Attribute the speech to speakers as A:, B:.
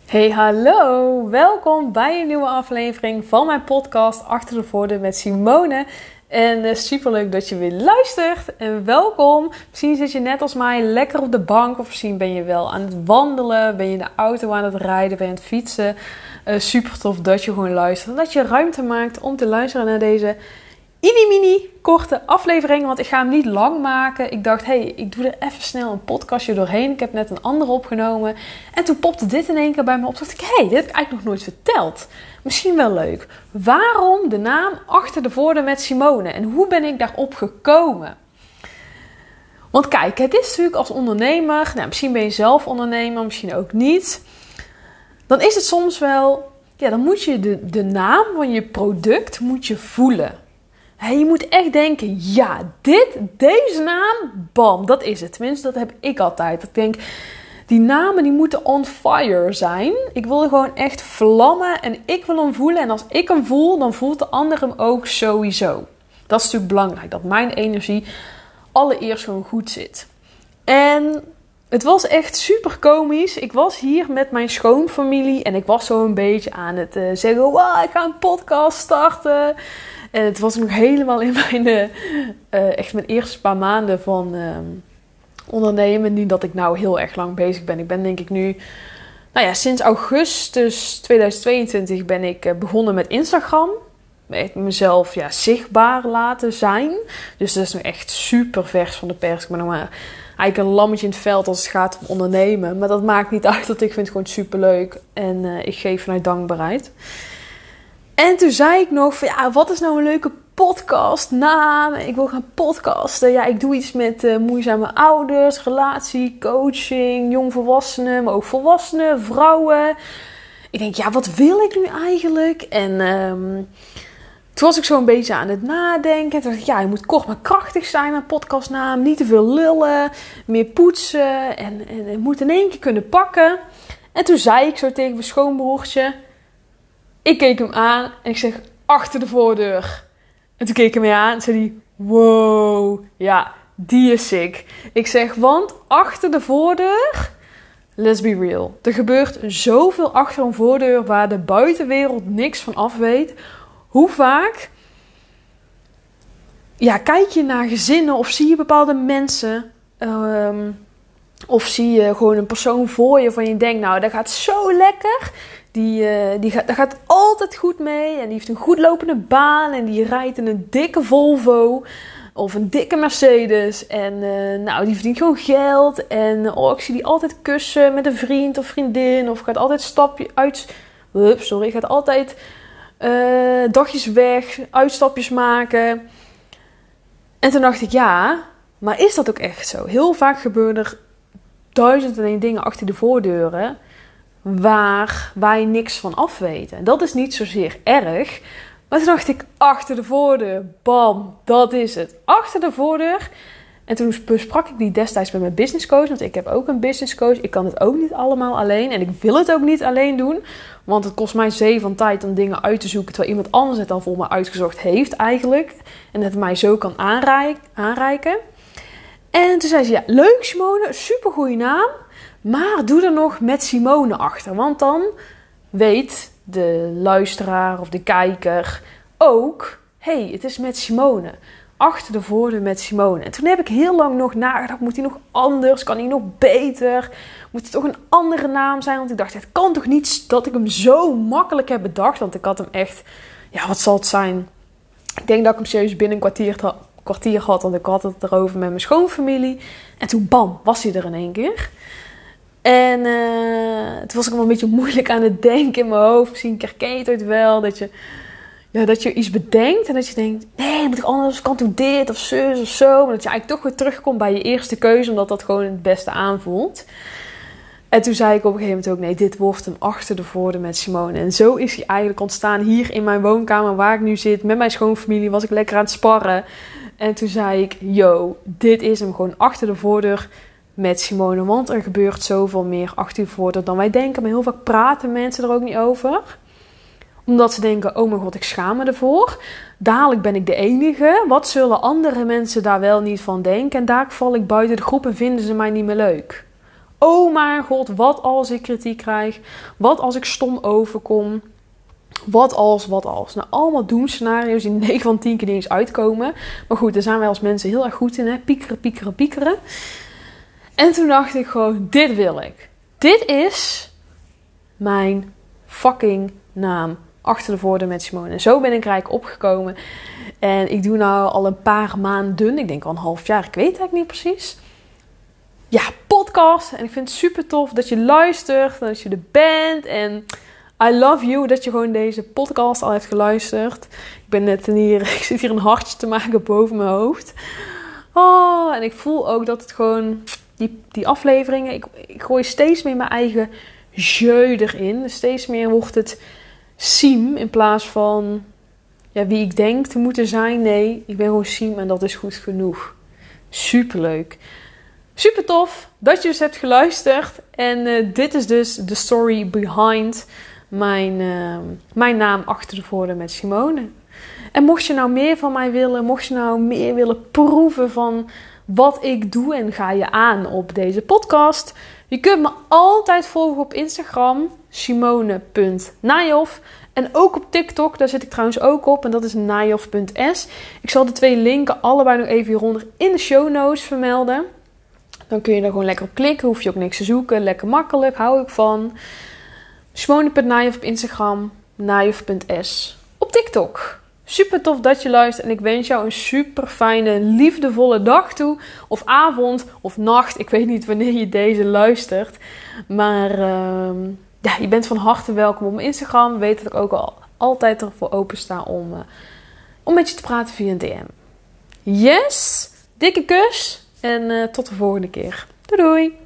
A: Hey, hallo! Welkom bij een nieuwe aflevering van mijn podcast Achter de Voordeur met Simone. En superleuk dat je weer luistert en welkom. Misschien zit je net als mij lekker op de bank of misschien ben je wel aan het wandelen, ben je in de auto aan het rijden, ben je aan het fietsen. Super tof dat je gewoon luistert en dat je ruimte maakt om te luisteren naar deze mini korte aflevering, want ik ga hem niet lang maken. Ik dacht, ik doe er even snel een podcastje doorheen. Ik heb net een andere opgenomen. En toen popte dit in één keer bij me op. Dacht ik, dit heb ik eigenlijk nog nooit verteld. Misschien wel leuk. Waarom de naam Achter de Voordeur met Simone? En hoe ben ik daarop gekomen? Want kijk, het is natuurlijk als ondernemer. Misschien ben je zelf ondernemer, misschien ook niet. Dan is het soms wel, dan moet je de naam van je product moet je voelen. Je moet echt denken, deze naam, bam, dat is het. Tenminste, dat heb ik altijd. Ik denk, die namen die moeten on fire zijn. Ik wil gewoon echt vlammen en ik wil hem voelen. En als ik hem voel, dan voelt de ander hem ook sowieso. Dat is natuurlijk belangrijk, dat mijn energie allereerst gewoon goed zit. En het was echt super komisch. Ik was hier met mijn schoonfamilie en ik was zo een beetje aan het zeggen, wow, ik ga een podcast starten. En het was nog helemaal in mijn eerste paar maanden van ondernemen. Niet dat ik nou heel erg lang bezig ben. Ik ben denk ik nu, sinds augustus 2022 ben ik begonnen met Instagram. Met mezelf zichtbaar laten zijn. Dus dat is nog echt super vers van de pers. Ik ben nog maar eigenlijk een lammetje in het veld als het gaat om ondernemen. Maar dat maakt niet uit, want ik vind het gewoon super leuk. En ik geef vanuit dankbaarheid. En toen zei ik nog van, wat is nou een leuke podcastnaam? Ik wil gaan podcasten. Ik doe iets met moeizame ouders, relatie, coaching, jongvolwassenen, maar ook volwassenen, vrouwen. Ik denk, wat wil ik nu eigenlijk? En toen was ik zo een beetje aan het nadenken. Toen dacht ik, je moet kort maar krachtig zijn, mijn podcastnaam. Niet te veel lullen, meer poetsen en het moet in één keer kunnen pakken. En toen zei ik zo tegen mijn schoonbroertje. Ik keek hem aan en ik zeg, Achter de Voordeur. En toen keek hij mij aan en zei hij, wow, die is sick. Ik zeg, want achter de voordeur, let's be real. Er gebeurt zoveel achter een voordeur waar de buitenwereld niks van af weet. Hoe vaak kijk je naar gezinnen of zie je bepaalde mensen of zie je gewoon een persoon voor je van je denkt, dat gaat zo lekker. Daar gaat altijd goed mee. En die heeft een goed lopende baan. En die rijdt in een dikke Volvo. Of een dikke Mercedes. En die verdient gewoon geld. En ik zie die altijd kussen met een vriend of vriendin. Of gaat altijd gaat altijd dagjes weg. Uitstapjes maken. En toen dacht ik, maar is dat ook echt zo? Heel vaak gebeuren er 1001 dingen achter de voordeuren waar wij niks van af weten. Dat is niet zozeer erg. Maar toen dacht ik, achter de voordeur, bam, dat is het. Achter de voordeur. En toen besprak ik die destijds bij mijn business coach. Want ik heb ook een business coach. Ik kan het ook niet allemaal alleen. En ik wil het ook niet alleen doen. Want het kost mij zee van tijd om dingen uit te zoeken. Terwijl iemand anders het al voor me uitgezocht heeft eigenlijk. En het mij zo kan aanreiken. En toen zei ze, leuk Simone, supergoeie naam. Maar doe er nog met Simone achter. Want dan weet de luisteraar of de kijker ook, het is met Simone. Achter de voordeur met Simone. En toen heb ik heel lang nog nagedacht, moet hij nog anders? Kan hij nog beter? Moet het toch een andere naam zijn? Want ik dacht, het kan toch niet dat ik hem zo makkelijk heb bedacht? Want ik had hem echt, wat zal het zijn? Ik denk dat ik hem serieus binnen een kwartier had. Want ik had het erover met mijn schoonfamilie. En toen bam, was hij er in één keer. En toen was ik wel een beetje moeilijk aan het denken in mijn hoofd. Misschien herken je het ooit wel. Dat je iets bedenkt en dat je denkt, nee, moet ik anders, kan toch dit of zus of zo. Maar dat je eigenlijk toch weer terugkomt bij je eerste keuze. Omdat dat gewoon het beste aanvoelt. En toen zei ik op een gegeven moment ook, nee, dit wordt hem Achter de Voordeur met Simone. En zo is hij eigenlijk ontstaan hier in mijn woonkamer waar ik nu zit. Met mijn schoonfamilie was ik lekker aan het sparren. En toen zei ik, dit is hem gewoon Achter de Voordeur met Simone. Want er gebeurt zoveel meer achter de voordeur dan wij denken. Maar heel vaak praten mensen er ook niet over. Omdat ze denken, oh mijn god, ik schaam me ervoor. Dadelijk ben ik de enige. Wat zullen andere mensen daar wel niet van denken? En daar val ik buiten de groep en vinden ze mij niet meer leuk. oh mijn god, wat als ik kritiek krijg? Wat als ik stom overkom? Wat als? Nou, allemaal doemscenario's die 9 van 10 keer niet eens uitkomen. Maar goed, daar zijn wij als mensen heel erg goed in, hè? Piekeren. En toen dacht ik gewoon, dit wil ik. Dit is mijn fucking naam. Achter de voordeur met Simone. En zo ben ik rijk opgekomen. En ik doe nou al een paar maanden, ik denk al een half jaar, ik weet het eigenlijk niet precies. Ja, podcast. En ik vind het super tof dat je luistert, dat je er bent. En I love you dat je gewoon deze podcast al hebt geluisterd. Ik ben net hier, ik zit hier een hartje te maken boven mijn hoofd. Oh, en ik voel ook dat het gewoon, die afleveringen, ik gooi steeds meer mijn eigen jeu erin. Dus steeds meer wordt het Siem in plaats van wie ik denk te moeten zijn. Nee, ik ben gewoon Siem en dat is goed genoeg. Superleuk. Super tof dat je dus hebt geluisterd. En dit is dus de story behind mijn naam achter de voordeur met Simone. En mocht je nou meer van mij willen, mocht je nou meer willen proeven van wat ik doe en ga je aan op deze podcast. Je kunt me altijd volgen op Instagram, simone.nijhoff. En ook op TikTok, daar zit ik trouwens ook op. En dat is nijhoff.s. Ik zal de 2 linken allebei nog even hieronder in de show notes vermelden. Dan kun je er gewoon lekker op klikken. Hoef je ook niks te zoeken. Lekker makkelijk, hou ik van. Simone.nijhoff op Instagram, nijhoff.s op TikTok. Super tof dat je luistert. En ik wens jou een super fijne, liefdevolle dag toe. Of avond, of nacht. Ik weet niet wanneer je deze luistert. Maar je bent van harte welkom op mijn Instagram. Weet dat ik ook altijd ervoor open sta om met je te praten via een DM. Yes! Dikke kus. En tot de volgende keer. Doei doei!